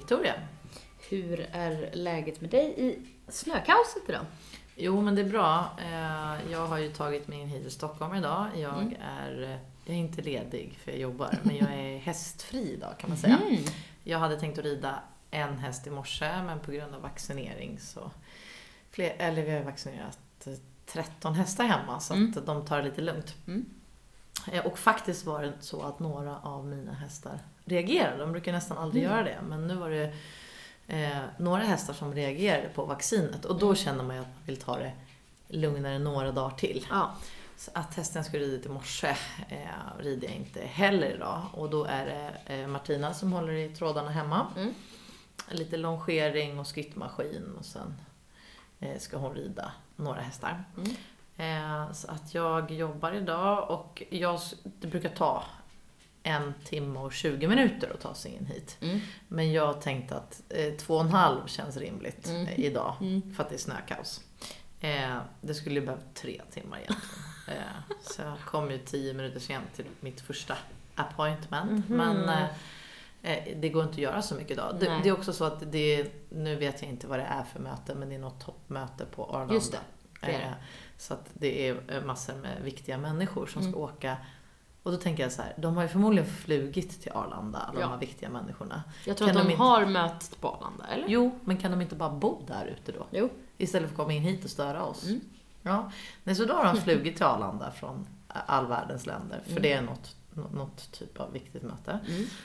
Victoria. Hur är läget med dig i snökaoset idag? Jo, men det är bra. Jag har ju tagit mig in hit till Stockholm idag. Jag är inte ledig för jag jobbar, men jag är hästfri idag kan man säga. Jag hade tänkt att rida en häst i morse, men på grund av vaccinering så... vi har vaccinerat 13 hästar hemma så att de tar det lite lugnt. Och faktiskt var det så att några av mina hästar reagerade. De brukar nästan aldrig göra det, men nu var det några hästar som reagerade på vaccinet. Och då känner man ju att man vill ta det lugnare några dagar till. Ja. Så att hästen jag skulle rida till morse rider jag inte heller idag. Och då är det Martina som håller i trådarna hemma. Lite longering och skrittmaskin och sen ska hon rida några hästar. Så att jag jobbar idag och det brukar ta 1 timme och 20 minuter att ta sig in hit. Men jag tänkte att 2,5 känns rimligt idag för att det är snökaos. Det skulle ju behöva 3 timmar egentligen. Så jag kom ju 10 minuter sent till mitt första appointment. Men det går inte att göra så mycket idag. Det är också så att nu vet jag inte vad det är för möte, men det är något toppmöte på Arlanda. Just det. Så att det är massor med viktiga människor som ska åka. Och då tänker jag så här, de har ju förmodligen flugit till Arlanda, alla de här viktiga människorna. Jag tror att de har mötet på Arlanda, eller? Jo, men kan de inte bara bo där ute då? Jo. Istället för att komma in hit och störa oss. Ja. Nej, så då har de flugit till Arlanda från all världens länder. För det är något typ av viktigt möte.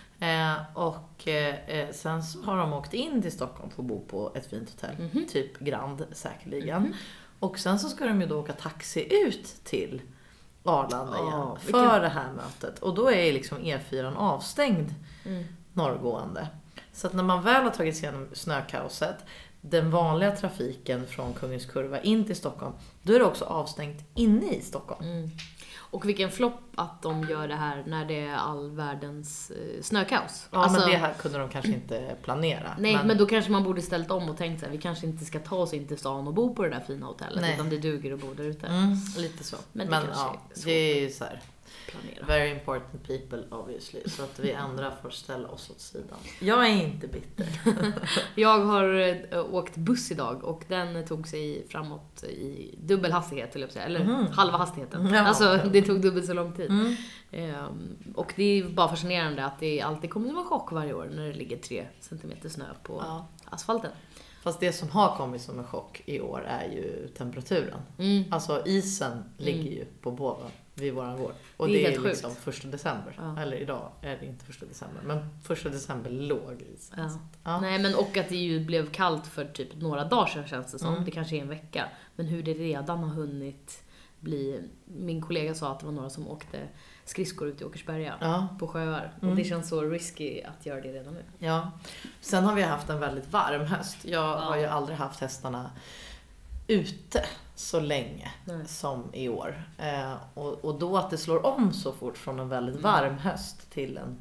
Sen så har de åkt in till Stockholm för att bo på ett fint hotell. Typ Grand säkerligen. Och sen så ska de ju då åka taxi ut till Arlanda igen för det här mötet. Och då är liksom E4 avstängd norrgående. Så att när man väl har tagit sig igenom snökaoset, den vanliga trafiken från Kungens Kurva in till Stockholm, då är det också avstängt inne i Stockholm. Och vilken flopp att de gör det här när det är all världens snökaos. Ja, alltså, men det här kunde de kanske inte planera. Nej, men då kanske man borde ställt om och tänkt så här, vi kanske inte ska ta oss in till stan och bo på det där fina hotellet, utan det duger att bo där ute. Lite så. Men det är ju så här. Planera. Very important people obviously. Så att vi andra får ställa oss åt sidan. Jag är inte bitter. Jag har åkt buss idag och den tog sig framåt i dubbel hastighet, eller halva hastigheten. Alltså det tog dubbelt så lång tid. Och det är bara fascinerande att det alltid kommer som en chock varje år när det ligger 3 centimeter snö på asfalten. Fast det som har kommit som en chock i år är ju temperaturen. Alltså isen ligger ju på båda vid våran gård. Och det är liksom 1 december. Eller idag är det inte 1 december. Men 1 december låg isen. Nej, men och att det ju blev kallt för typ några dagar sedan känns det som. Det kanske är en vecka. Men hur det redan har hunnit bli... Min kollega sa att det var några som åkte skridskor ut i Åkersberga på sjöar. Och det känns så risky att göra det redan nu. Ja. Sen har vi haft en väldigt varm höst. Jag har ju aldrig haft hästarna ute så länge som i år. Och då att det slår om så fort från en väldigt varm höst till en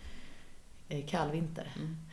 kall vinter.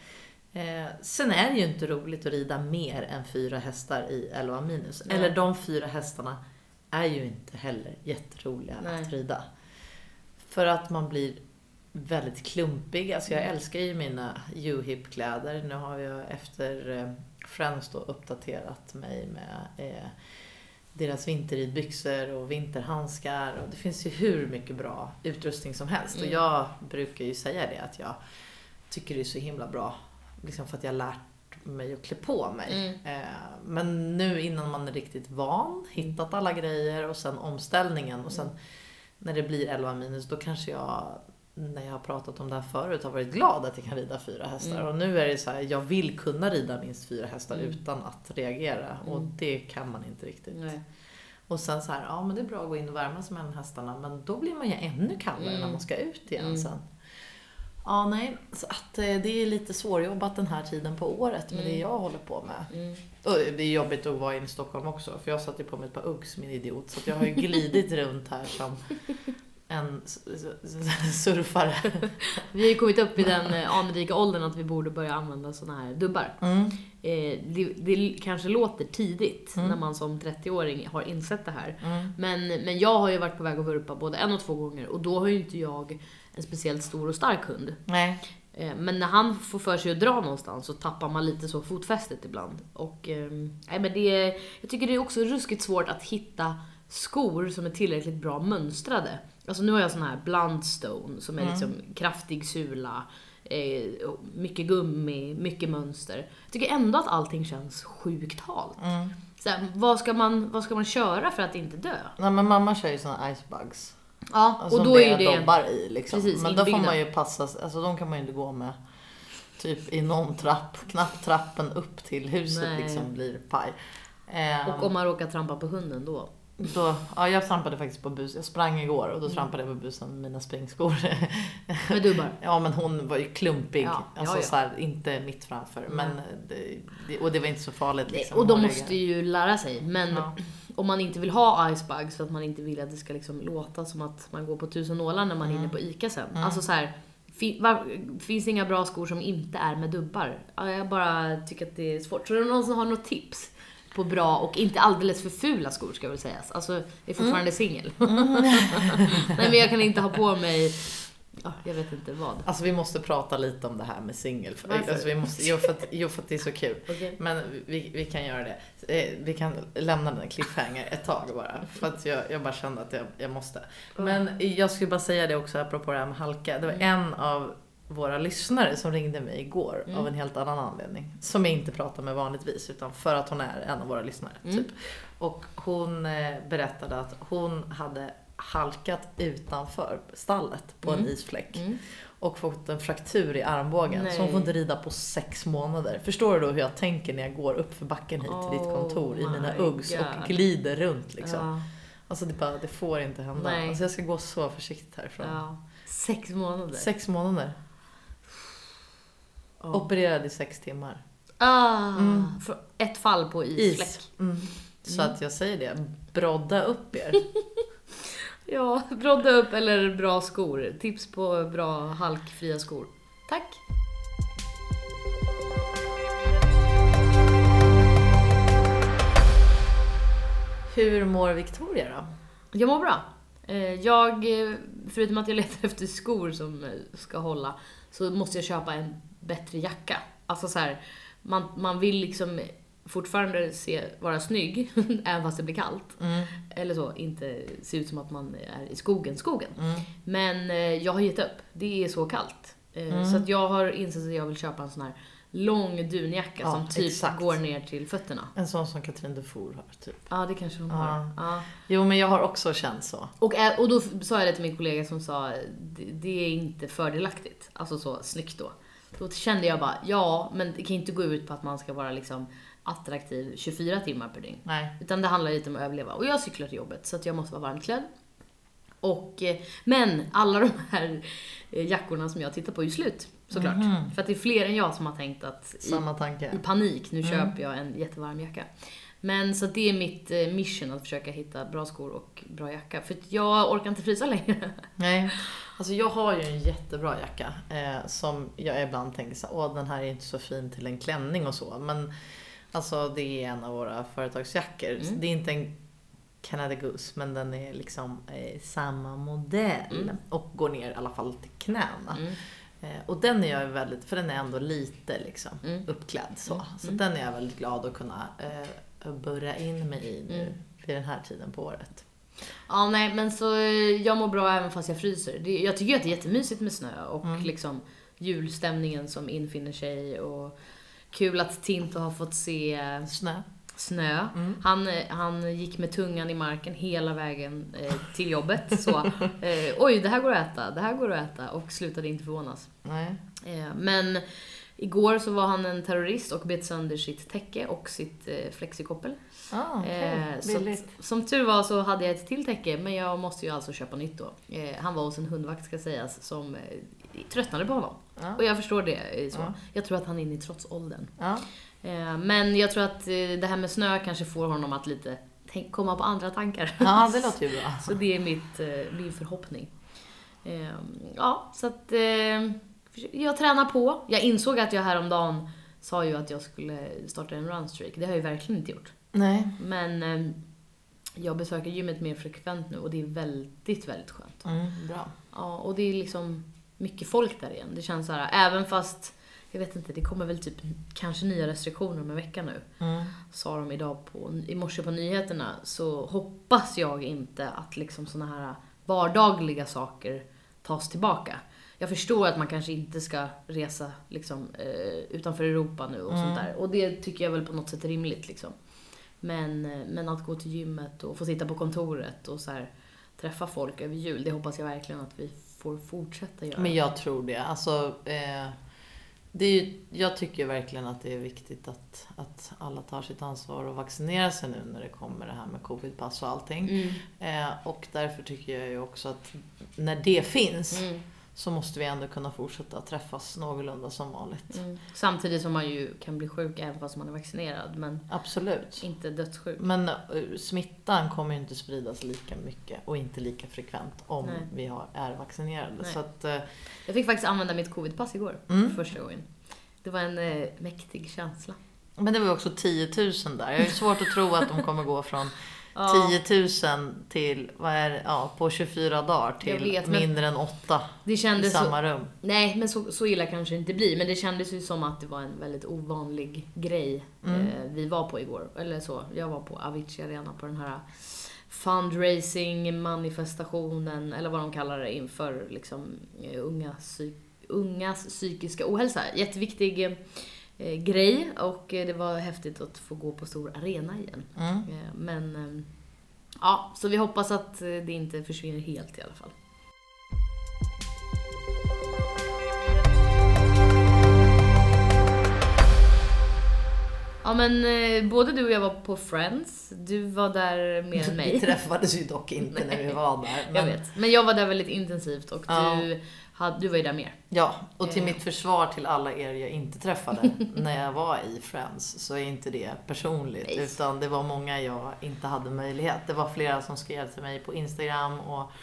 Sen är det ju inte roligt att rida mer än 4 hästar i 11 minus. Eller de 4 hästarna är ju inte heller jätteroliga att rida. För att man blir väldigt klumpig. Alltså jag älskar ju mina U-hip-kläder. Nu har jag efter Friends då uppdaterat mig med deras vinterridbyxor och vinterhandskar. Och det finns ju hur mycket bra utrustning som helst. Och jag brukar ju säga det att jag tycker det är så himla bra. Liksom för att jag har lärt mig att klä på mig. Men nu innan man är riktigt van, hittat alla grejer och sen omställningen. Och sen när det blir 11 minus, då kanske jag, när jag har pratat om det här förut, har varit glad att jag kan rida 4 hästar. Och nu är det så här, jag vill kunna rida minst 4 hästar utan att reagera. Och det kan man inte riktigt. Nej. Och sen så här, men det är bra att gå in och värma sig mellan hästarna. Men då blir man ju ännu kallare när man ska ut igen sen. Ja, nej. Så att det är lite svårjobbat den här tiden på året med det jag håller på med. Och det är jobbigt att vara inne i Stockholm också. För jag satt ju på mig ett par Uggs, min idiot. Så att jag har ju glidit runt här som en surfare. Vi har ju kommit upp i den anrika åldern att vi borde börja använda såna här dubbar. Det kanske låter tidigt när man som 30-åring har insett det här. Men jag har ju varit på väg att vurpa både 1 och 2 gånger. Och då har ju inte jag en speciellt stor och stark hund. Nej. Men när han får för sig att dra någonstans så tappar man lite så fotfästet ibland. Och men jag tycker det är också ruskigt svårt att hitta skor som är tillräckligt bra mönstrade. Alltså nu har jag sån här Blundstone som är liksom kraftig sula, mycket gummi, mycket mönster. Jag tycker ändå att allting känns sjukt halt. Så vad ska man köra för att inte dö? Nej, men mamma kör ju såna icebugs. Ja, och då är det dobbar i liksom. Precis, men då får man ju passa, alltså de kan man ju inte gå med typ i någon trapp, knappt trappen upp till huset. Nej. Liksom blir paj. Och om man råkar trampa på hunden då? Ja, jag trampade faktiskt på busen. Jag sprang igår och då trampade jag på busen med mina springskor. Med dubbar? Ja, men hon var ju klumpig. Alltså så här, inte mitt framför. Men och det var inte så farligt liksom. Och de måste ju lära sig. Men om man inte vill ha icebugs för att man inte vill att det ska liksom låta som att man går på 1000 nålar när man är inne på Ica sen. Alltså så här, finns det inga bra skor som inte är med dubbar? Jag bara tycker att det är svårt. Tror du någon som har något tips på bra och inte alldeles för fula skor, ska jag väl säga. Alltså, jag är fortfarande singel. Nej, men jag kan inte ha på mig... jag vet inte vad. Alltså vi måste prata lite om det här med singel. Alltså, för att det är så kul. Okay. Men vi kan göra det. Vi kan lämna den cliffhanger ett tag bara. För att jag bara kände att jag måste. Men jag skulle bara säga det också apropå det här med halka. Det var en av våra lyssnare som ringde mig igår av en helt annan anledning. Som jag inte pratar med vanligtvis, utan för att hon är en av våra lyssnare. Typ. Och hon berättade att hon hade halkat utanför stallet på en isfläck. Och fått en fraktur i armbågen. Nej. Så hon får inte rida på 6 månader. Förstår du då hur jag tänker när jag går upp för backen hit till ditt kontor i mina Uggs och glider runt liksom. Ja. Alltså det får inte hända. Nej. Alltså jag ska gå så försiktigt härifrån. Ja. 6 månader? 6 månader. Opererad i 6 timmar. För ett fall på isfläck. Så att jag säger det. Brodda upp er. Ja, brodda upp eller bra skor. Tips på bra halkfria skor. Tack! Hur mår Victoria då? Jag mår bra. Jag, förutom att jag letar efter skor som ska hålla, så måste jag köpa en bättre jacka. Alltså så här, man vill liksom fortfarande vara snygg även fast det blir kallt. Eller så, inte se ut som att man är i skogen. Men jag har gett upp. Det är så kallt. Så att jag har insett att jag vill köpa en sån här lång dunjacka som typ går ner till fötterna. En sån som Katrin Dufour har typ. Ja, det kanske hon har. Ja. Jo, men jag har också känt så. Och då sa jag det till min kollega som sa det är inte fördelaktigt. Alltså så snyggt då. Då kände jag bara, men det kan inte gå ut på att man ska vara liksom attraktiv 24 timmar per dygn. Nej. Utan det handlar lite om att överleva. Och jag cyklar till jobbet så att jag måste vara varmt klädd. Men alla de här jackorna som jag tittar på är ju slut, såklart. För att det är fler än jag som har tänkt att i panik, nu köper jag en jättevarm jacka. Men så det är mitt mission att försöka hitta bra skor och bra jacka. För att jag orkar inte frysa längre. Nej, alltså jag har ju en jättebra jacka som jag ibland tänker så den här är inte så fin till en klänning och så. Men alltså det är en av våra företagsjackor. Det är inte en Canada Goose, men den är liksom samma modell och går ner i alla fall till knäna. Och den är jag väldigt, för den är ändå lite liksom uppklädd så. Så den är jag väldigt glad att kunna börja in mig i nu vid den här tiden på året. Ja, nej, men så jag mår bra även fast jag fryser. Jag tycker att det är jättemysigt med snö och liksom julstämningen som infinner sig och kul att Tinto har fått se snö. Han gick med tungan i marken hela vägen till jobbet. Så, oj, det här går att äta. Och slutade inte förvånas. Nej. Men igår så var han en terrorist och bet sönder sitt täcke och sitt flexikoppel. Så som tur var så hade jag ett till täcke, men jag måste ju alltså köpa nytt då. Han var hos en hundvakt, ska sägas, som tröttnade på honom. Och jag förstår det så. Jag tror att han är inne i trotsåldern. Men jag tror att det här med snö kanske får honom att lite komma på andra tankar. Ja, det låter ju bra. Så det är min förhoppning. Så att jag tränar på. Jag insåg att jag häromdagen sa ju att jag skulle starta en runstreak. Det har jag ju verkligen inte gjort. Nej. Men jag besöker gymmet mer frekvent nu och det är väldigt, väldigt skönt. Bra. Ja, och det är liksom mycket folk där igen. Det känns så här, även fast jag vet inte, det kommer väl typ kanske nya restriktioner om en vecka nu. Sa de i morse på nyheterna, så hoppas jag inte att liksom såna här vardagliga saker tas tillbaka. Jag förstår att man kanske inte ska resa liksom, utanför Europa nu och sånt där. Och det tycker jag väl på något sätt är rimligt liksom. Men att gå till gymmet och få sitta på kontoret och så här, träffa folk över jul, det hoppas jag verkligen att vi får fortsätta göra. Men jag tror det. Alltså, jag tycker verkligen att det är viktigt att alla tar sitt ansvar och vaccinerar sig nu när det kommer det här med covidpass och allting. Och därför tycker jag ju också att när det finns så måste vi ändå kunna fortsätta att träffas någorlunda som vanligt. Samtidigt som man ju kan bli sjuk även fast man är vaccinerad. Men absolut. Inte dödssjuk. Men smittan kommer ju inte spridas lika mycket och inte lika frekvent om vi är vaccinerade. Så att, jag fick faktiskt använda mitt covidpass igår för första gången. Det var en mäktig känsla. Men det var ju också 10 000 där. Jag är svårt att tro att de kommer gå från 10 000 till, på 24 dagar till mindre än 8 i samma rum. Nej, men så illa kanske det inte blir. Men det kändes ju som att det var en väldigt ovanlig grej vi var på igår. Eller så, jag var på Avicii Arena på den här fundraising-manifestationen, eller vad de kallar det, inför liksom, ungas psykiska ohälsa. Jätteviktig grej, och det var häftigt att få gå på stor arena igen. Men så vi hoppas att det inte försvinner helt i alla fall. Ja, men både du och jag var på Friends. Du var där mer än mig. Vi träffades ju dock inte när vi var där. Men... jag vet. Men jag var där väldigt intensivt och du var ju där mer. Ja, och till mitt försvar till alla er jag inte träffade när jag var i Friends, så är inte det personligt. Nej. Utan det var många jag inte hade möjlighet. Det var flera som skrev till mig på Instagram och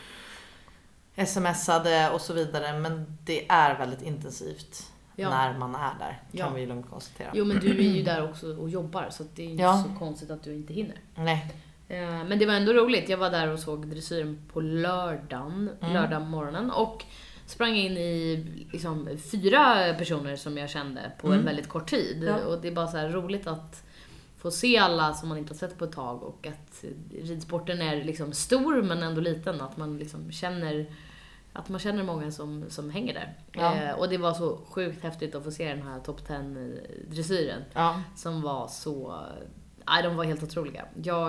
smsade och så vidare. Men det är väldigt intensivt när man är där, kan vi lugnt konstatera. Jo, men du är ju där också och jobbar, så det är inte så konstigt att du inte hinner. Nej. Men det var ändå roligt. Jag var där och såg dressyren på lördag morgonen, och sprang in i liksom 4 personer som jag kände på en väldigt kort tid. Ja. Och det är bara så här roligt att få se alla som man inte har sett på ett tag, och att ridsporten är liksom stor men ändå liten, att man liksom känner många som hänger där. Ja. Och det var så sjukt häftigt att få se den här top 10 dressyren som var så... de var helt otroliga.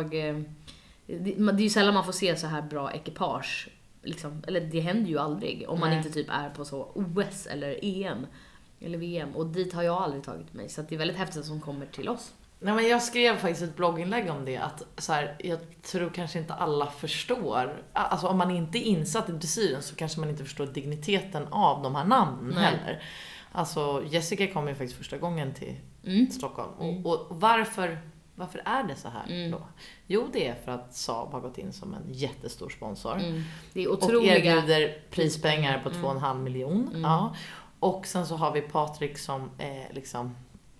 Det är ju sällan man får se så här bra ekipage. Liksom, eller det händer ju aldrig om man inte typ är på så OS eller EM eller VM. Och dit har jag aldrig tagit mig. Så att det är väldigt häftigt som kommer till oss. Nej, men jag skrev faktiskt ett blogginlägg om det, att så här, jag tror kanske inte alla förstår, alltså om man inte är insatt i dressyren så kanske man inte förstår digniteten av de här namnen heller. Alltså Jessica kom ju faktiskt första gången till Stockholm. Och varför är det så här då? Jo, det är för att Saab har gått in som en jättestor sponsor. Det är otroliga. Och erbjuder prispengar på 2,5 miljoner. Ja. Och sen så har vi Patrik som är liksom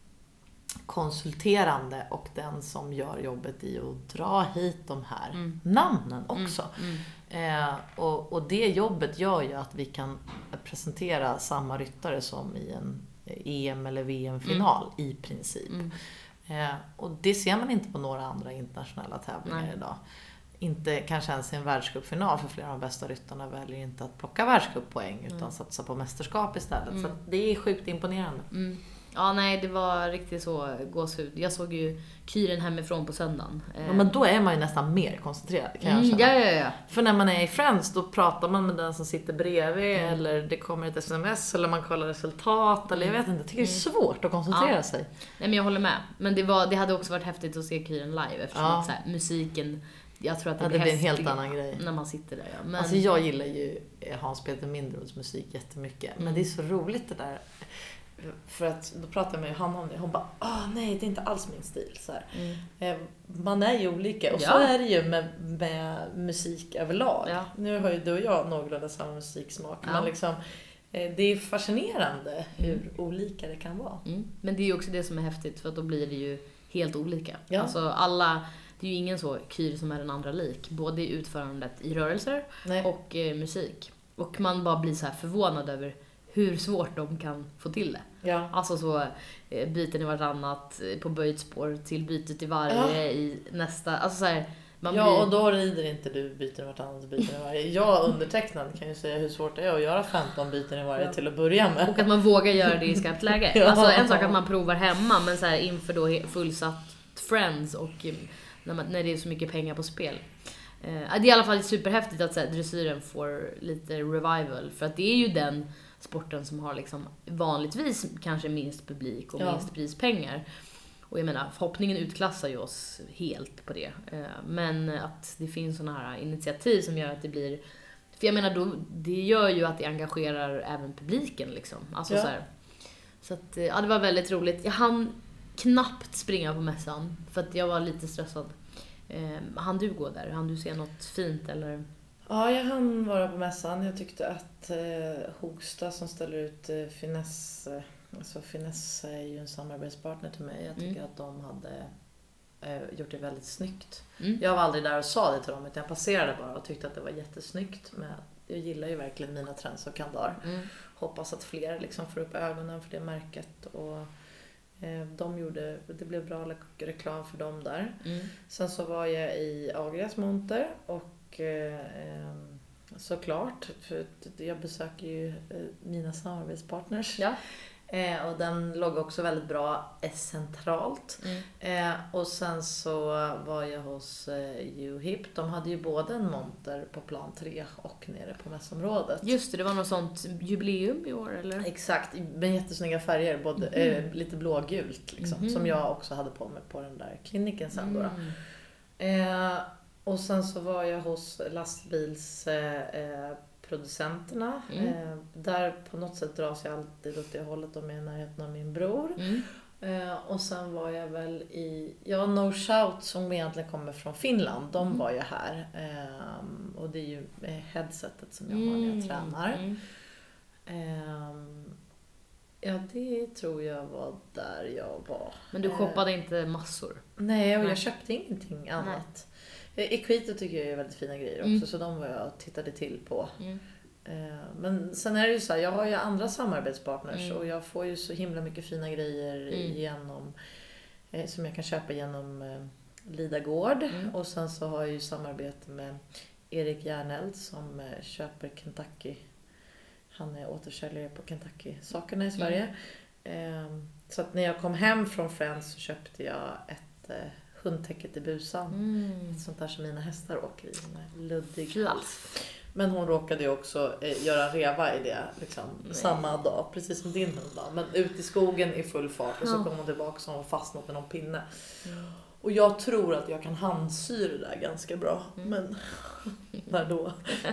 konsulterande och den som gör jobbet i att dra hit de här namnen också. Och det jobbet gör ju att vi kan presentera samma ryttare som i en EM eller VM-final i princip. Och det ser man inte på några andra internationella tävlingar idag. Inte kanske ens i en världscupfinal, för flera av de bästa ryttarna väljer inte att plocka världscuppoäng utan satsa på mästerskap istället. Så det är sjukt imponerande. Ja, nej, det var riktigt så gåshud. Jag såg ju Kyren hemifrån på söndagen. Ja, men då är man ju nästan mer koncentrerad, kan jag känna. Ja. För när man är i Friends, då pratar man med den som sitter bredvid, eller det kommer ett sms, eller man kollar resultat, eller jag vet inte. Jag tycker det är svårt att koncentrera sig. Nej, men jag håller med. Men det hade också varit häftigt att se Kyren live, eftersom att så här, musiken... Jag tror att det blir en helt annan grej när man sitter där. Ja. Men... Alltså jag gillar ju Hans-Peter Mindrods musik jättemycket. Men det är så roligt det där. För att då pratar jag med Hanna om det. Hon bara, nej, det är inte alls min stil. Så här. Man är ju olika. Och så är det ju med musik överlag. Ja. Nu har ju du och jag någorlunda samma musiksmak. Ja. Men liksom, det är fascinerande hur olika det kan vara. Men det är ju också det som är häftigt. För att då blir det ju helt olika. Ja. Alltså alla... Det är ju ingen så kyr som är den andra lik. Både i utförandet i rörelser och musik. Och man bara blir så här förvånad över hur svårt de kan få till det. Ja. Alltså så byten i vartannat på böjt spår till bytet i varje i nästa. Alltså så här, och då rider inte du byten vartannat och byten i varje. Jag undertecknad kan ju säga hur svårt det är att göra 15 byten i varje till att börja med. Och att man vågar göra det i skarpt läge. Alltså en sak att man provar hemma, men så här inför då fullsatt Friends och när det är så mycket pengar på spel. Det är i alla fall superhäftigt att så här, dressyren får lite revival, för att det är ju den sporten som har liksom vanligtvis kanske minst publik och minst prispengar. Och jag menar, hoppningen utklassar ju oss helt på det. Men att det finns såna här initiativ som gör att det blir... För jag menar, då, det gör ju att det engagerar även publiken liksom. Alltså så här. Så att, det var väldigt roligt. Jag hann knappt springa på mässan för att jag var lite stressad. Hann du gå där? Hann du se något fint eller... Ja, jag hann vara på mässan. Jag tyckte att Hogsta som ställer ut Finesse... Alltså Finesse är ju en samarbetspartner till mig. Jag tycker att de hade gjort det väldigt snyggt. Jag var aldrig där och sa det till dem, utan jag passerade bara och tyckte att det var jättesnyggt. Men jag gillar ju verkligen mina trends och kandar. Hoppas att fler liksom får upp ögonen för det märket. Och det blev bra reklam för dem där. Sen så var jag i Agrias monter och såklart, för jag besöker ju mina samarbetspartners. Ja. Och den låg också väldigt bra centralt. Och sen så var jag hos UHIP. De hade ju både en monter på plan 3 och nere på mässområdet. Just det var något sånt jubileum i år eller? Exakt, med jättesnygga färger, både lite blågult liksom, som jag också hade på mig på den där kliniken sen då. Och sen så var jag hos lastbilsproducenterna. Där på något sätt dras jag alltid åt det hållet, de är i närheten av min bror. Och sen var jag väl i No Shout som egentligen kommer från Finland. De var ju här. Och det är ju headsetet som jag har när jag tränar. Ja, det tror jag var där jag var. Men du shoppade inte massor? Nej, och jag köpte ingenting annat. Equito tycker jag är väldigt fina grejer också, så de var jag tittade till på. Men sen är det ju så här, jag har ju andra samarbetspartners och jag får ju så himla mycket fina grejer genom som jag kan köpa genom Lida Gård. Och sen så har jag ju samarbete med Erik Järneld som köper Kentucky. Han är återförsäljare på Kentucky-sakerna i Sverige. Så att när jag kom hem från Friends så köpte jag ett hundtäcket i busan. Ett sånt där som mina hästar åker i. Luddig hals. Men hon råkade ju också göra en reva i det liksom, samma dag, precis som din hund. Men ut i skogen i full fart och så kom hon tillbaka och hon fastnat med någon pinne. Och jag tror att jag kan handsy det där ganska bra. Men när då?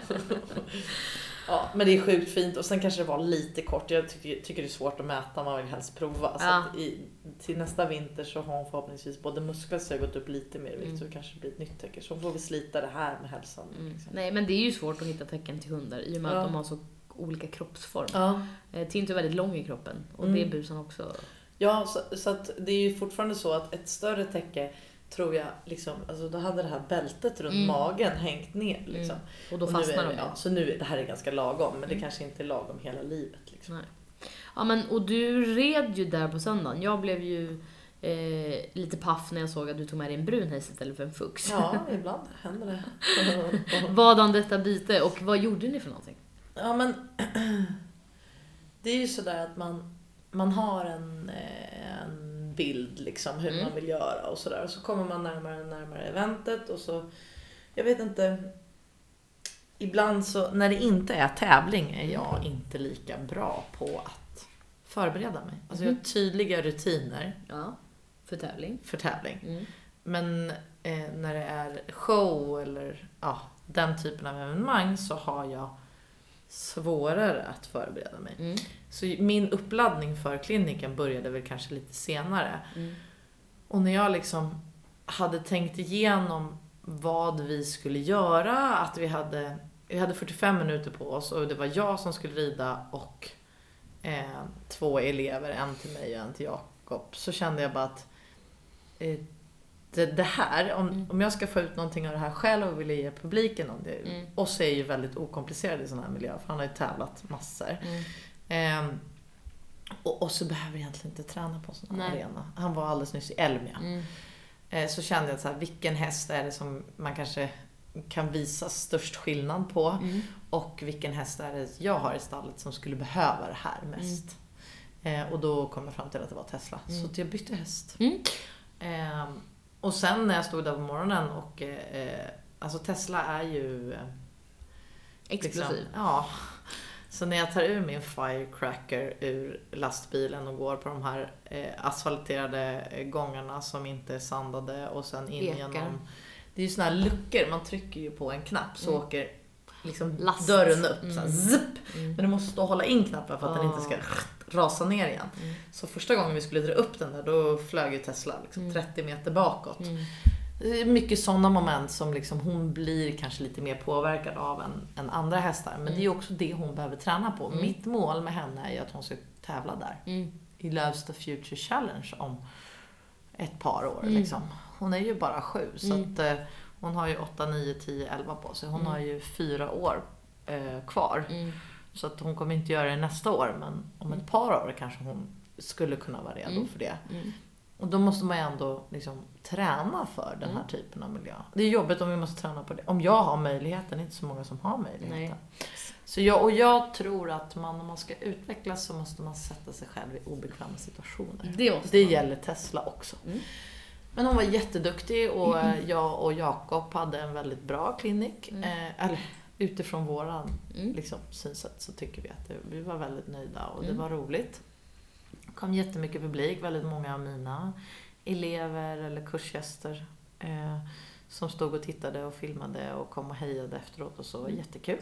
Ja, men det är sjukt fint. Och sen kanske det var lite kort. Jag tycker det är svårt att mäta. Man vill helst prova. Så att till nästa vinter så har hon förhoppningsvis både muskler så har gått upp lite mer i vikt. Så det kanske blir ett nytt täcke. Så hon får vi slita det här med hälsan. Liksom. Nej, men det är ju svårt att hitta tecken till hundar. I och med att de har så olika kroppsform. Tinto är väldigt lång i kroppen. Och det är busan också. Ja, så att det är ju fortfarande så att ett större täcke tror jag liksom, alltså då hade det här bältet runt magen hängt ner liksom. Och då fastnar de. Ja, så nu det här är ganska lagom, men det kanske inte är lagom hela livet liksom. Nej. Ja, men och du red ju där på söndagen. Jag blev ju lite paff när jag såg att du tog med dig en brun häst istället för en fux. Ja, ibland händer det. Vadan detta byte och vad gjorde ni för någonting? Ja, men det är ju sådär att man har en bild liksom hur man vill göra och sådär. Och så kommer man närmare eventet och så, jag vet inte, ibland så när det inte är tävling är jag inte lika bra på att förbereda mig. Alltså jag har tydliga rutiner. Ja, för tävling. Men när det är show eller den typen av evenemang så har jag svårare att förbereda mig. Så min uppladdning för kliniken började väl kanske lite senare. Och när jag liksom hade tänkt igenom vad vi skulle göra, att vi hade 45 minuter på oss och det var jag som skulle rida och 2 elever, en till mig och en till Jakob, så kände jag bara att det här, om jag ska få ut någonting av det här själv och vill ge publiken om det. Oss är ju väldigt okomplicerad i sån här miljö, för han har ju tävlat massor. Och så behöver jag egentligen inte träna på sån här arena. Han var alldeles nyss i Elmia. Så kände jag att så här, vilken häst är det som man kanske kan visa störst skillnad på, och vilken häst är det jag har i stallet som skulle behöva det här mest. Och då kom jag fram till att det var Tesla. Så jag bytte häst. Och sen när jag stod där på morgonen och alltså Tesla är ju explosiv. Liksom, ja. Så när jag tar ur min Firecracker ur lastbilen och går på de här asfalterade gångarna som inte är sandade och sen in genom... Det är ju såna här luckor, man trycker ju på en knapp så åker liksom dörren upp. Så här, zipp. Men du måste stå och hålla in knappen för att den inte ska rasa ner igen. Så första gången vi skulle dra upp den där, då flög ju Tesla liksom 30 meter bakåt. Det är mycket sådana moment som liksom hon blir kanske lite mer påverkad av än andra hästar. Men det är också det hon behöver träna på. Mitt mål med henne är att hon ska tävla där. I Lövsta Future Challenge om ett par år. Liksom. Hon är ju bara 7. Så att, hon har ju 8, 9, 10, 11 på sig. Hon har ju 4 år kvar. Så att hon kommer inte göra det nästa år. Men om ett par år kanske hon skulle kunna vara redo för det. Och då måste man ju ändå liksom träna för den här typen av miljö. Det är jobbigt om vi måste träna på det. Om jag har möjligheten, det är inte så många som har möjligheten. Så jag tror att om man ska utvecklas så måste man sätta sig själv i obekväma situationer. Det gäller Tesla också. Men hon var jätteduktig och jag och Jakob hade en väldigt bra klinik. Eller utifrån våran liksom, synsätt så tycker vi att vi var väldigt nöjda och det var roligt. Det kom jättemycket publik, väldigt många av mina elever eller kursgäster som stod och tittade och filmade och kom och hejade efteråt och så. Jättekul.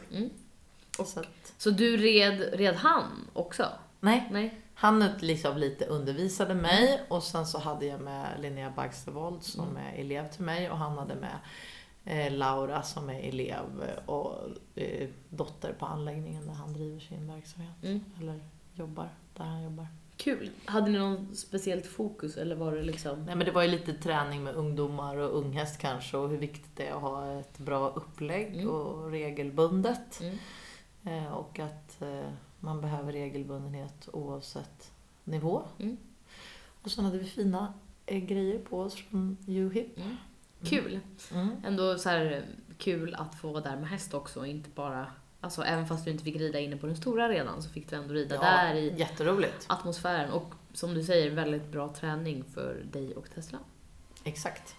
Så du red han också? Nej. Han liksom lite undervisade mig och sen så hade jag med Linnea Bagstervold som är elev till mig och han hade med Laura som är elev och dotter på anläggningen där han driver sin verksamhet eller jobbar där han jobbar. Kul. Hade ni någon speciellt fokus eller var det liksom? Nej, men det var ju lite träning med ungdomar och unghäst kanske och hur viktigt det är att ha ett bra upplägg och regelbundet. Och att man behöver regelbundenhet oavsett nivå. Och så hade vi fina grejer på oss från UHIP. Kul. Ändå så här kul att få vara där med häst också och inte bara... Alltså även fast du inte fick rida inne på den stora arenan så fick du ändå rida där i jätteroligt. Atmosfären. Och som du säger, väldigt bra träning för dig och Tesla. Exakt.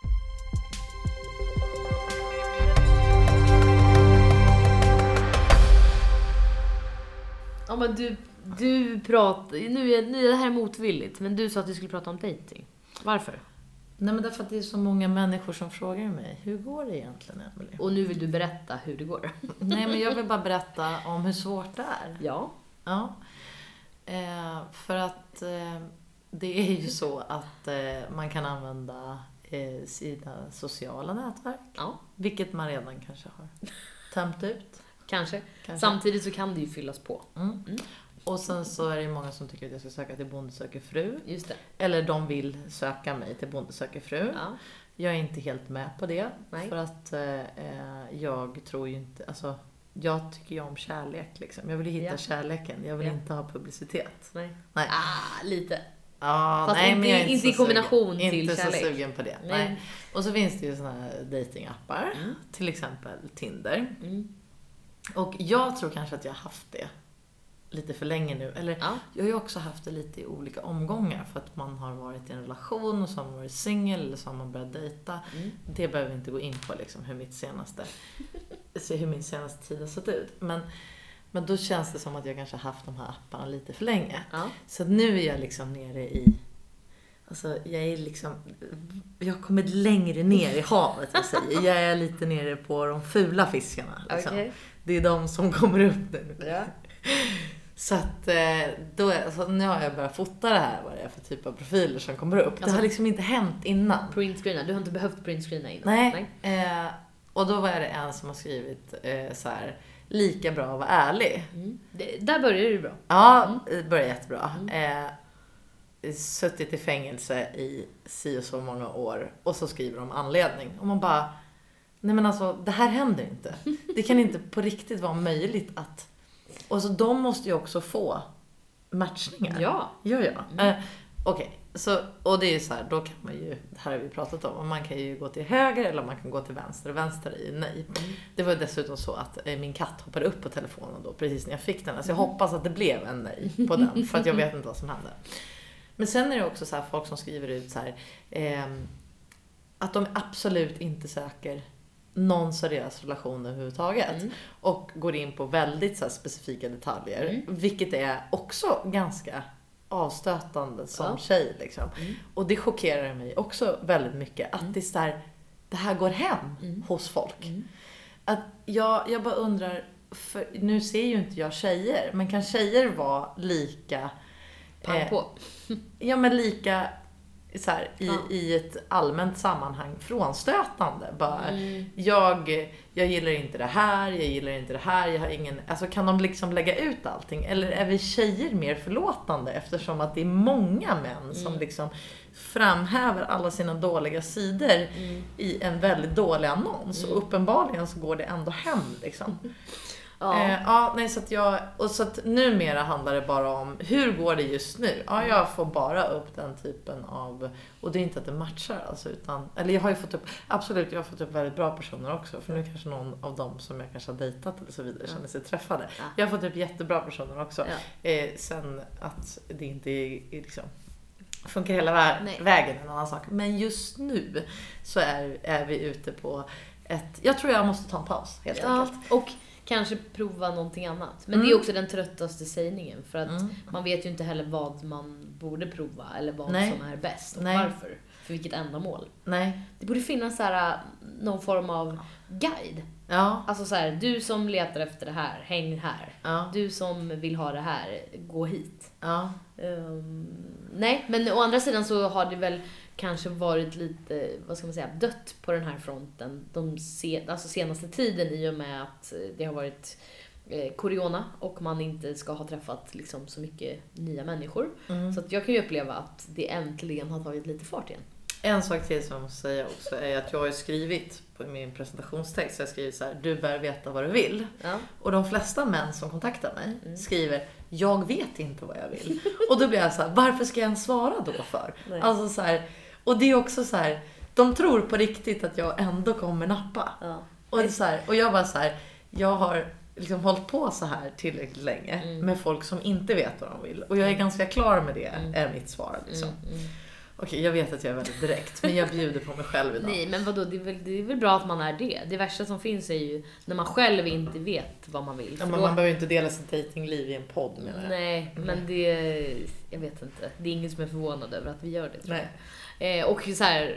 Ja, men du pratar... Nu är det här motvilligt, men du sa att du skulle prata om dating. Varför? Nej, men därför att det är så många människor som frågar mig, hur går det egentligen, Emelie? Och nu vill du berätta hur det går. Nej, men jag vill bara berätta om hur svårt det är. Ja. För att det är ju så att man kan använda sina sociala nätverk. Ja. Vilket man redan kanske har tömt ut. Kanske. Samtidigt så kan det ju fyllas på. Och sen så är det många som tycker att jag ska söka till Bonde söker fru. Just det. Eller de vill söka mig till Bonde söker fru. Ja. Jag är inte helt med på det. Nej. För att jag tror ju inte... Alltså, jag tycker ju om kärlek liksom. Jag vill hitta kärleken. Jag vill inte ha publicitet. Nej. Lite. Fast nej, men jag är inte i kombination sugen. till inte kärlek. Inte så sugen på det. Nej. Och så finns det ju såna här datingappar. Till exempel Tinder. Och jag tror kanske att jag har haft det lite för länge nu. Eller jag har ju också haft det lite i olika omgångar. För att man har varit i en relation och så har man varit singel eller så har man börjat dejta. Det behöver vi inte gå in på liksom, hur min senaste tid har sett ut. Men då känns det som att jag kanske har haft de här apparna lite för länge. Så nu är jag liksom nere i... Alltså jag har kommit längre ner i havet, jag säger. Jag är lite nere på de fula fiskarna. Liksom. Okay. Det är de som kommer upp nu. Ja. Så att så nu har jag börjat fota det här, vad det är för typ av profiler som kommer upp. Alltså, det har liksom inte hänt innan. Printscreena, du har inte behövt printscreena innan. Nej. Och då var det en som har skrivit så här: lika bra att vara ärlig. Där börjar det bra. Ja, det börjar jättebra. suttit i fängelse i si och så många år och så skriver de anledning. Och man bara, nej men alltså det här händer inte. Det kan inte på riktigt vara möjligt att... Och så de måste ju också få matchningar. Ja. Okej. Så, och det är ju så här, då kan man ju, det här har vi pratat om, man kan ju gå till höger eller man kan gå till vänster, och vänster är ju nej. Det var dessutom så att min katt hoppade upp på telefonen då, precis när jag fick den. Så jag hoppas att det blev en nej på den, för att jag vet inte vad som hände. Men sen är det också så här, folk som skriver ut så här, att de absolut inte söker någon seriös relation överhuvudtaget. Och går in på väldigt så här specifika detaljer. Vilket är också ganska avstötande som tjej. Liksom. Och det chockerar mig också väldigt mycket. Att det är så här, det här går hem hos folk. Att jag bara undrar, för nu ser ju inte jag tjejer. Men kan tjejer vara lika... Pang på. Ja, men lika... Så här, i ett allmänt sammanhang frånstötande. Bara, jag gillar inte det här, jag gillar inte det här, jag har ingen... Alltså kan de liksom lägga ut allting? Eller är vi tjejer mer förlåtande eftersom att det är många män som liksom framhäver alla sina dåliga sidor i en väldigt dålig annons. Och uppenbarligen så går det ändå hem liksom. Så att numera handlar det bara om hur går det just nu? Ja, jag får bara upp den typen av, och det är inte att det matchar alltså, utan, eller jag har ju fått upp, absolut, jag har fått upp väldigt bra personer också, för nu kanske någon av dem som jag kanske har dejtat eller så vidare känner sig träffade. Jag har fått upp jättebra personer också. Sen att det inte är liksom funkar hela vägen, en annan sak. Men just nu så är vi ute på jag tror jag måste ta en paus helt enkelt. Och kanske prova någonting annat. Men det är också den tröttaste sägningen. För att man vet ju inte heller vad man borde prova. Eller vad som är bäst. Och varför. För vilket ändamål. Nej. Det borde finnas så här, någon form av guide. Ja. Alltså så här, du som letar efter det här, häng här. Ja. Du som vill ha det här, gå hit. Ja. Nej, men å andra sidan så har det väl kanske varit lite, vad ska man säga, dött på den här fronten alltså senaste tiden, i och med att det har varit corona och man inte ska ha träffat liksom så mycket nya människor. Så att jag kan ju uppleva att det äntligen har tagit lite fart igen. En sak till som jag måste säga också är att jag har skrivit på min presentationstext, jag har skrivit så här: du bör veta vad du vill. Ja. Och de flesta män som kontaktar mig skriver: jag vet inte vad jag vill. Och då blir jag så här: varför ska jag ens svara då för? Nej. Alltså så här, och det är också så här, de tror på riktigt att jag ändå kommer nappa. Ja. Och det är så här, och jag bara så här, jag har liksom hållit på så här tillräckligt länge med folk som inte vet vad de vill. Och jag är ganska klar med det, är mitt svar liksom. Okej, jag vet att jag är väldigt direkt, men jag bjuder på mig själv idag. Nej, men vadå, det är väl bra att man är det. Det värsta som finns är ju när man själv inte vet vad man vill. Ja, men man behöver inte dela sitt datingliv i en podd med det. Nej, men jag vet inte. Det är ingen som är förvånad över att vi gör det, tror jag. Och så här,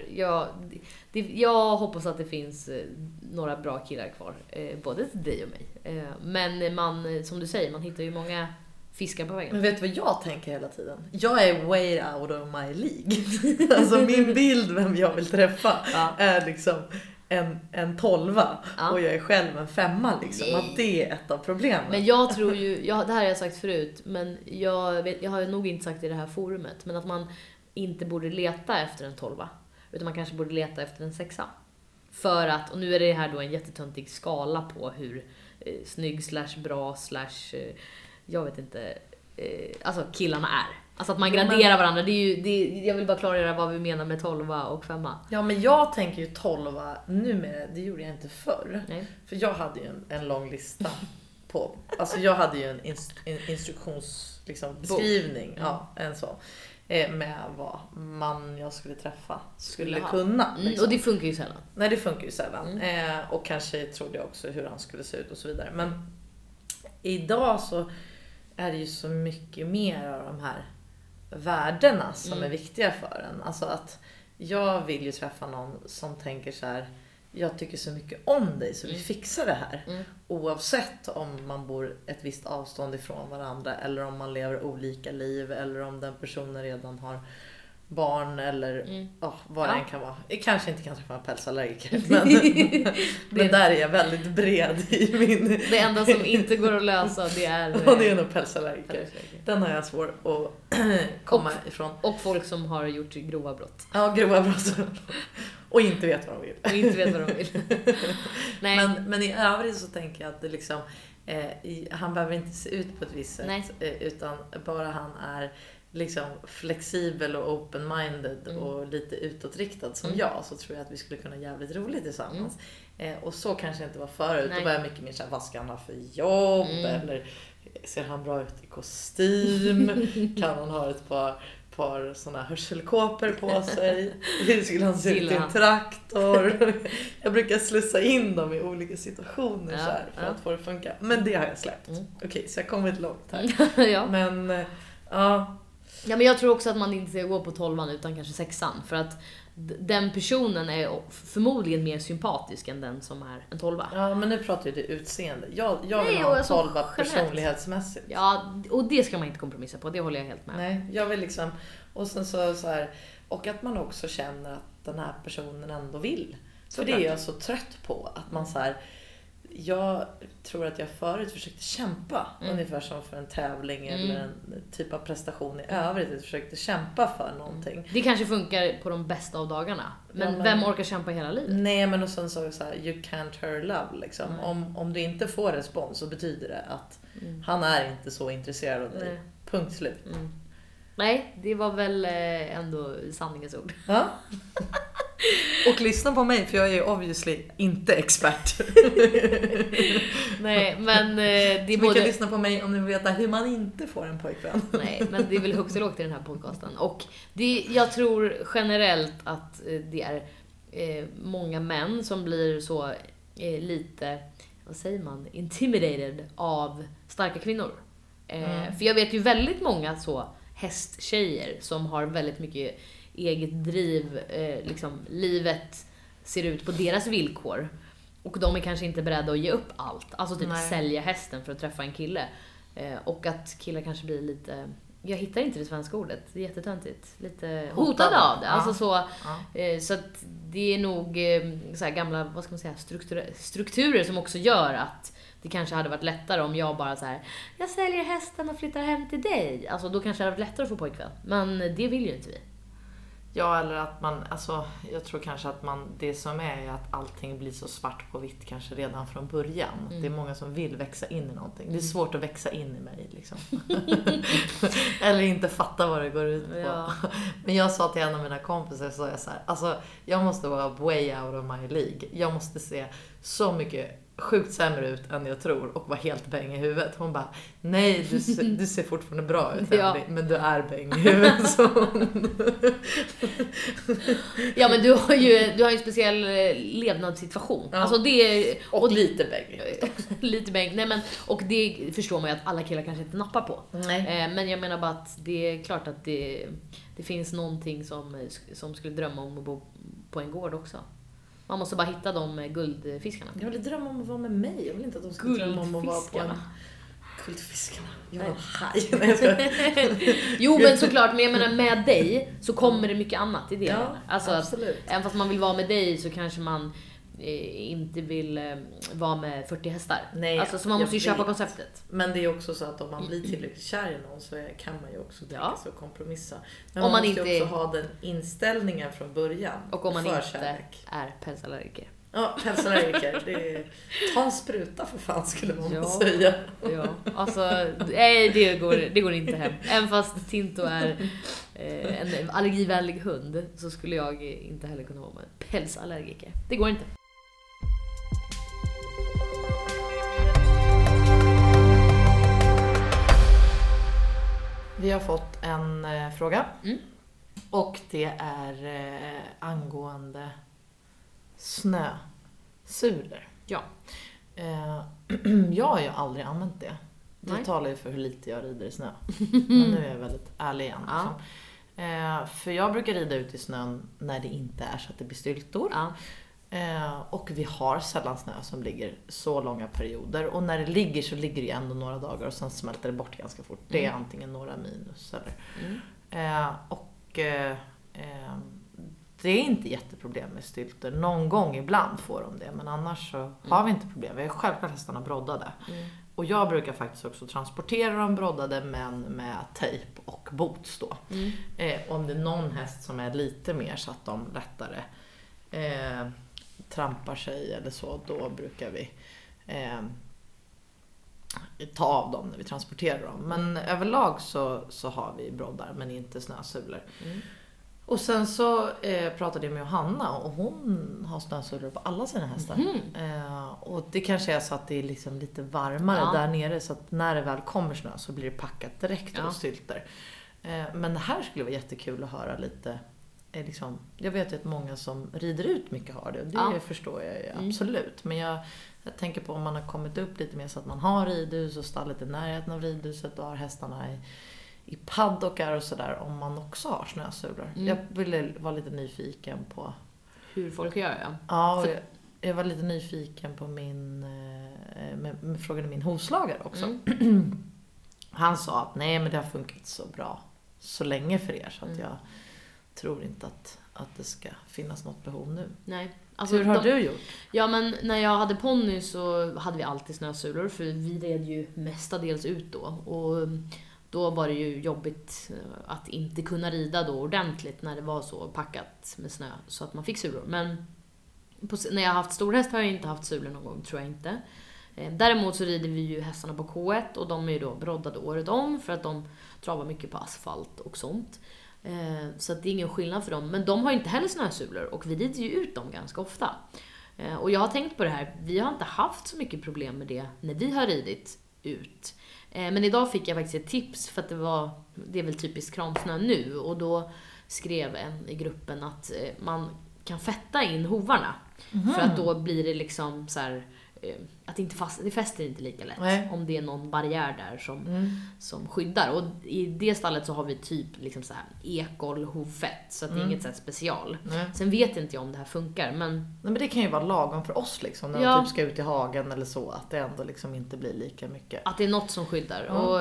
jag hoppas att det finns några bra killar kvar, både till dig och mig. Men man, som du säger, man hittar ju många fiskar på vägen. Men vet du vad jag tänker hela tiden? Jag är way out of my League. Alltså min bild vem jag vill träffa är liksom en 12 och jag är själv en 5 liksom. Att det är ett av problemen. Men jag tror ju, det här har jag sagt förut, men jag har nog inte sagt i det här forumet, men att man inte borde leta efter en 12, utan man kanske borde leta efter en 6. För att, och nu är det här då en jättetöntig skala på hur snygg / bra / jag vet inte, alltså killarna är. Alltså att man graderar varandra. Jag vill bara klargöra vad vi menar med 12 och 5. Ja, men jag tänker ju 12 numera, det gjorde jag inte förr. Nej. För jag hade ju en lång lista på, alltså jag hade ju en instruktions liksom, beskrivning, en så. Med vad man jag skulle träffa skulle kunna. Liksom. Och det funkar ju sällan. Nej, det funkar ju sällan. Och kanske trodde jag också hur han skulle se ut och så vidare. Men idag så är det ju så mycket mer av de här värdena som är viktiga för en. Alltså att jag vill ju träffa någon som tänker så här: jag tycker så mycket om dig så vi fixar det här. Oavsett om man bor ett visst avstånd ifrån varandra eller om man lever olika liv eller om den personen redan har barn eller vad det än kan vara. Jag kanske inte kan träffa en pälsallergiker, men där är jag väldigt bred i min... Det enda som inte går att lösa, det är... Ja, det är nog pälsallergiker. Den har jag svår att komma ifrån. Och folk som har gjort grova brott. Ja, grova brott. Och inte vet vad de vill. Nej. Men i övrigt så tänker jag att det liksom... han behöver inte se ut på ett visst sätt. Utan bara han är... liksom flexibel och open-minded och lite utåtriktad som jag, så tror jag att vi skulle kunna jävligt roligt tillsammans. Och så kanske inte var förut. Då var jag mycket mer såhär, vad ska han ha för jobb? Eller ser han bra ut i kostym? Kan han ha ett par såna hörselkåpor på sig? Hur skulle han se ut i en traktor? Jag brukar slussa in dem i olika situationer så här, för att få det att funka. Men det har jag släppt. Okej, så jag har kommit långt här. Men Ja, men jag tror också att man inte ska gå på 12:an utan kanske 6:an. För att den personen är förmodligen mer sympatisk än den som är en 12:a. Ja, men nu pratar ju det utseende. Jag vill ha en 12:a personlighetsmässigt. Ja, och det ska man inte kompromissa på. Det håller jag helt med. Nej, jag vill liksom... Och sen så här... Och att man också känner att den här personen ändå vill. För det är jag så trött på. Att man så här... Jag tror att jag förut försökte kämpa ungefär som för en tävling eller en typ av prestation i övrigt. Jag försökte kämpa för någonting. Det kanske funkar på de bästa av dagarna. Men vem orkar kämpa hela livet? Nej, men och sen så här, you can't hurt love liksom. Om du inte får respons så betyder det att han är inte så intresserad av dig. Punkt slut. Nej, det var väl ändå sanningens ord. Ja. Och lyssna på mig, för jag är ju obviously inte expert. Nej, men det är både... kan lyssna på mig om ni vill veta hur man inte får en pojkvän. Nej, men det är väl högst och lågt i den här podcasten. Och jag tror generellt att det är många män som blir så lite, vad säger man, intimidated av starka kvinnor. För jag vet ju väldigt många så hästtjejer som har väldigt mycket eget driv, liksom livet ser ut på deras villkor och de är kanske inte beredda att ge upp allt, alltså typ sälja hästen för att träffa en kille, och att killar kanske blir lite, jag hittar inte det svenska ordet, det är jättetöntigt, lite hotade av det, alltså så att det är nog så här gamla, vad ska man säga, strukturer som också gör att det kanske hade varit lättare om jag bara så här, jag säljer hästen och flyttar hem till dig, alltså då kanske det hade varit lättare att få pojkvän, men det vill ju inte vi. Ja, eller att man, alltså jag tror kanske att det som är att allting blir så svart på vitt kanske redan från början. Det är många som vill växa in i någonting. Det är svårt att växa in i mig liksom. Eller inte fatta vad det går ut på. Ja. Men jag sa till en av mina kompisar, så jag så här, alltså jag måste vara way out of my League. Jag måste se så mycket sjukt sämre ut än jag tror och var helt bäng i huvudet. Hon bara, nej, du ser fortfarande bra ut, Emily, men du är bäng i huvudet. Så. Ja, men du har ju en speciell levnadssituation. Ja. Alltså det, och lite bäng. Lite bäng. Nej, men, och det förstår man ju att alla killar kanske inte nappar på. Nej. Men jag menar bara att det är klart att det finns någonting som skulle drömma om att bo på en gård också. Man måste bara hitta de guldfiskarna. Jag vill drömma om att vara med mig. Jag vill inte att de ska drömma om att vara på en... Guldfiskarna. Jag är haj. Jo, men såklart. Men jag menar, med dig så kommer det mycket annat i det. Ja, alltså, absolut. Även fast man vill vara med dig så kanske man inte vill vara med 40 hästar. Nej, alltså, så man måste ju köpa konceptet. Men det är också så att om man blir tillräckligt kär i någon så kan man ju också tänka sig att kompromissa. Men om man måste ju också ha den inställningen från början. Och om man inte är pälsallergiker. Ja, pälsallergiker. Ta en spruta för fan, skulle man säga. Ja, alltså nej, det går inte hem. Även fast Tinto är en allergivänlig hund så skulle jag inte heller kunna vara med pälsallergiker. Det går inte. Vi har fått en fråga. Och det är angående snösulor. Ja. Jag har ju aldrig använt det. Det talar ju för hur lite jag rider i snö. Men nu är jag väldigt ärlig igen. Liksom. För jag brukar rida ut i snön när det inte är så att det blir styltor. Och vi har sällan snö som ligger så långa perioder. Och när det ligger så ligger det ändå några dagar och sen smälter det bort ganska fort. Det är antingen några minus eller... det är inte jätteproblem med stylter. Någon gång ibland får de det, men annars så har vi inte problem. Vi har självklart hästarna broddade. Och jag brukar faktiskt också transportera dem broddade, men med tejp och boots då. Om det är någon häst som är lite mer så att de lättare trampar sig eller så, då brukar vi ta av dem när vi transporterar dem. Men överlag så har vi broddar, men inte snösulor. Och sen så pratade jag med Johanna, och hon har snösulor på alla sina hästar. Och det kanske är så att det är liksom lite varmare där nere, så att när det väl kommer snö så blir det packat direkt av stylter. Men det här skulle vara jättekul att höra lite. Liksom, jag vet ju att många som rider ut mycket har det. Det förstår jag ju absolut. Men jag tänker på om man har kommit upp lite mer så att man har ridhus och stallet i närheten av ridhuset och har hästarna i paddockar och sådär, om man också har snösulor. Jag ville vara lite nyfiken på hur folk gör, Ja, jag var lite nyfiken på frågade min hovslagare också. Han sa att nej, men det har funkat så bra så länge för er, så att jag tror inte att det ska finnas något behov nu. Nej. Alltså, hur har du gjort? Ja, men när jag hade ponny så hade vi alltid snösulor, för vi red ju mestadels ut då. Och då var det ju jobbigt att inte kunna rida då ordentligt när det var så packat med snö så att man fick sulor. Men när jag har haft storhäst har jag inte haft sulor någon gång, tror jag inte. Däremot så rider vi ju hästarna på K1, och de är ju då broddade året om för att de travar mycket på asfalt och sånt. Så att det är ingen skillnad för dem. Men de har inte heller snösulor, och vi rider ju ut dem ganska ofta. Och jag har tänkt på det här, vi har inte haft så mycket problem med det när vi har ridit ut. Men idag fick jag faktiskt ett tips, för att det är väl typiskt kramsnö nu, och då skrev en i gruppen att man kan fetta in hovarna. För att då blir det liksom så här, att det fäster inte lika lätt. Nej. Om det är någon barriär där som skyddar. Och i det stallet så har vi typ liksom så här ekol hovfett, så att det är inget så här special. Sen vet inte jag om det här funkar, men det kan ju vara lagom för oss liksom, när man typ ska ut i hagen eller så, att det ändå liksom inte blir lika mycket. Att det är något som skyddar. Och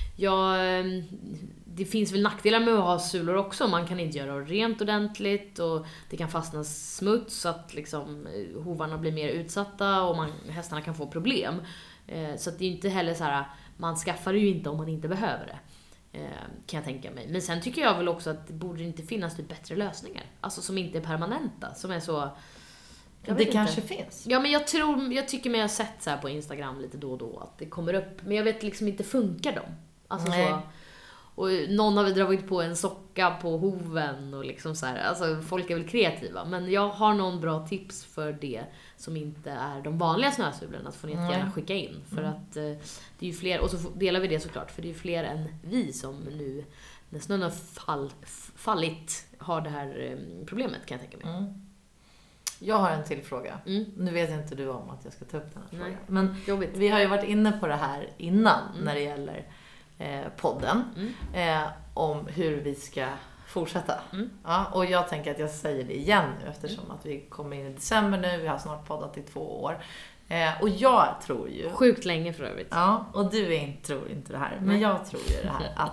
det finns väl nackdelar med att ha sulor också. Man kan inte göra rent ordentligt, och det kan fastna smuts så att liksom hovarna blir mer utsatta, och hästarna kan få problem. Så att det är inte heller så här, man skaffar ju inte om man inte behöver det. Kan jag tänka mig. Men sen tycker jag väl också att det borde inte finnas typ bättre lösningar. Alltså som inte är permanenta, som är så. Det kanske finns. Ja, men jag tycker mig ha sett så här på Instagram lite då och då att det kommer upp, men jag vet liksom inte, funkar de? Alltså så. Och någon har väl dragit på en socka på hoven och liksom så här. Alltså folk är väl kreativa, men jag har någon bra tips för det som inte är de vanliga snösulorna, att få ni gärna skicka in, för att det är ju fler, och så delar vi det såklart, för det är ju fler än vi som nu när snön har fallit har det här problemet, kan jag tänka mig. Jag har en till fråga. Nu vet inte du om att jag ska ta upp den här frågan. Men jobbigt. Vi har ju varit inne på det här innan när det gäller podden. Om hur vi ska fortsätta. Ja, och jag tänker att jag säger det igen nu, eftersom att vi kommer in i december nu. Vi har snart poddat i 2 år. Och jag tror ju... Sjukt länge för övrigt. Ja, och du tror inte det här. Men jag tror ju det här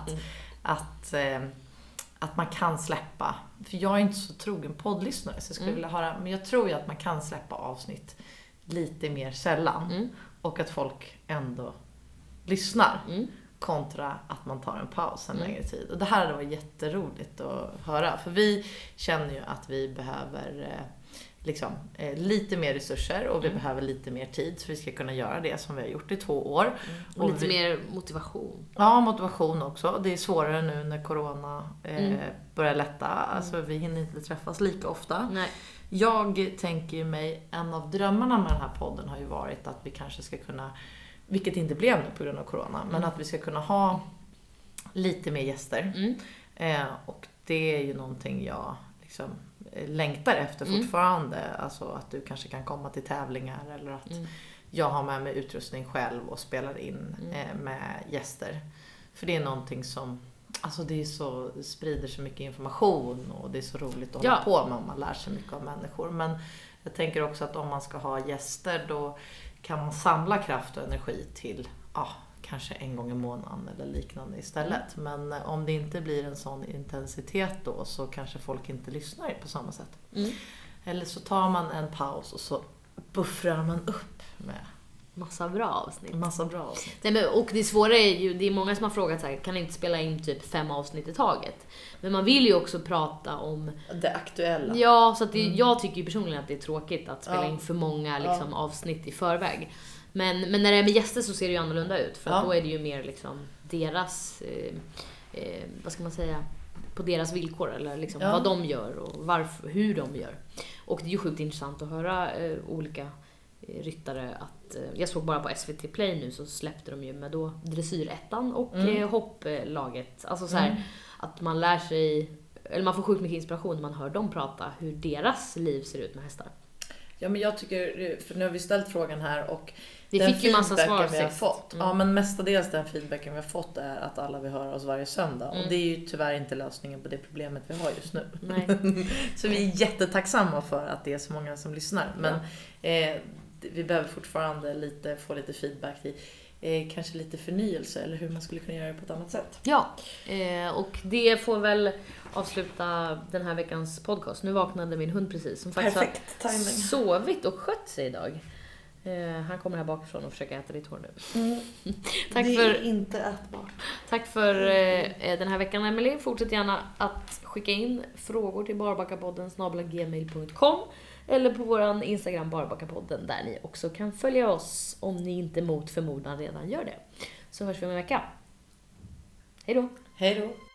att man kan släppa, för jag är inte så trogen poddlyssnare, så jag skulle vilja höra, men jag tror ju att man kan släppa avsnitt lite mer sällan, och att folk ändå lyssnar, kontra att man tar en paus en längre tid. Och det här var jätteroligt att höra, för vi känner ju att vi behöver lite mer resurser, och vi behöver lite mer tid så vi ska kunna göra det som vi har gjort i 2 år. Och lite mer motivation. Ja, motivation också. Det är svårare nu när corona börjar lätta. Alltså vi hinner inte träffas lika ofta. Nej. Jag tänker mig, en av drömmarna med den här podden har ju varit att vi kanske ska kunna, vilket inte blev nu på grund av corona, men att vi ska kunna ha lite mer gäster. Och det är ju någonting jag längtar efter fortfarande. Alltså att du kanske kan komma till tävlingar, eller att jag har med mig utrustning själv och spelar in med gäster. För det är någonting som, alltså det sprider så mycket information, och det är så roligt att hålla på med, om man lär sig mycket av människor. Men jag tänker också att om man ska ha gäster, då kan man samla kraft och energi till kanske en gång i månaden eller liknande istället. Men om det inte blir en sån intensitet då, så kanske folk inte lyssnar på samma sätt. Eller så tar man en paus och så buffrar man upp med massa bra avsnitt. Nej, men, och det svåra är ju, det är många som har frågat så här, kan inte spela in typ 5 avsnitt i taget? Men man vill ju också prata om det aktuella. Ja, så att jag tycker ju personligen att det är tråkigt att spela in för många liksom, avsnitt i förväg. Men när det är med gäster så ser det ju annorlunda ut. För då är det ju mer liksom deras, vad ska man säga, på deras villkor. Eller liksom vad de gör och varför, hur de gör. Och det är ju sjukt intressant att höra olika ryttare. Att, jag såg bara på SVT Play nu, så släppte de ju med då dressyrettan och hopplaget. Alltså så här, att man lär sig, eller man får sjukt mycket inspiration när man hör dem prata hur deras liv ser ut med hästar. Ja, men jag tycker, för nu har vi ställt frågan här och vi den fick ju massa svar vi har fått. Ja, men mestadels den feedbacken vi har fått är att alla vill höra oss varje söndag. Och det är ju tyvärr inte lösningen på det problemet vi har just nu. Nej. Så vi är jättetacksamma för att det är så många som lyssnar. Men vi behöver fortfarande få lite feedback i kanske lite förnyelse, eller hur man skulle kunna göra det på ett annat sätt. Ja, och det får väl avsluta den här veckans podcast. Nu vaknade min hund precis, som faktiskt perfekt har sovit och skött sig idag. Han kommer här bakifrån och försöker äta ditt hår nu. Tack det är inte ätbart. Tack för den här veckan, Emily. Fortsätt gärna att skicka in frågor till barbackapodden@gmail.com eller på våran Instagram barbackapodden, där ni också kan följa oss om ni inte mot förmodan redan gör det. Så hörs vi om en vecka. Hej då! Hej då!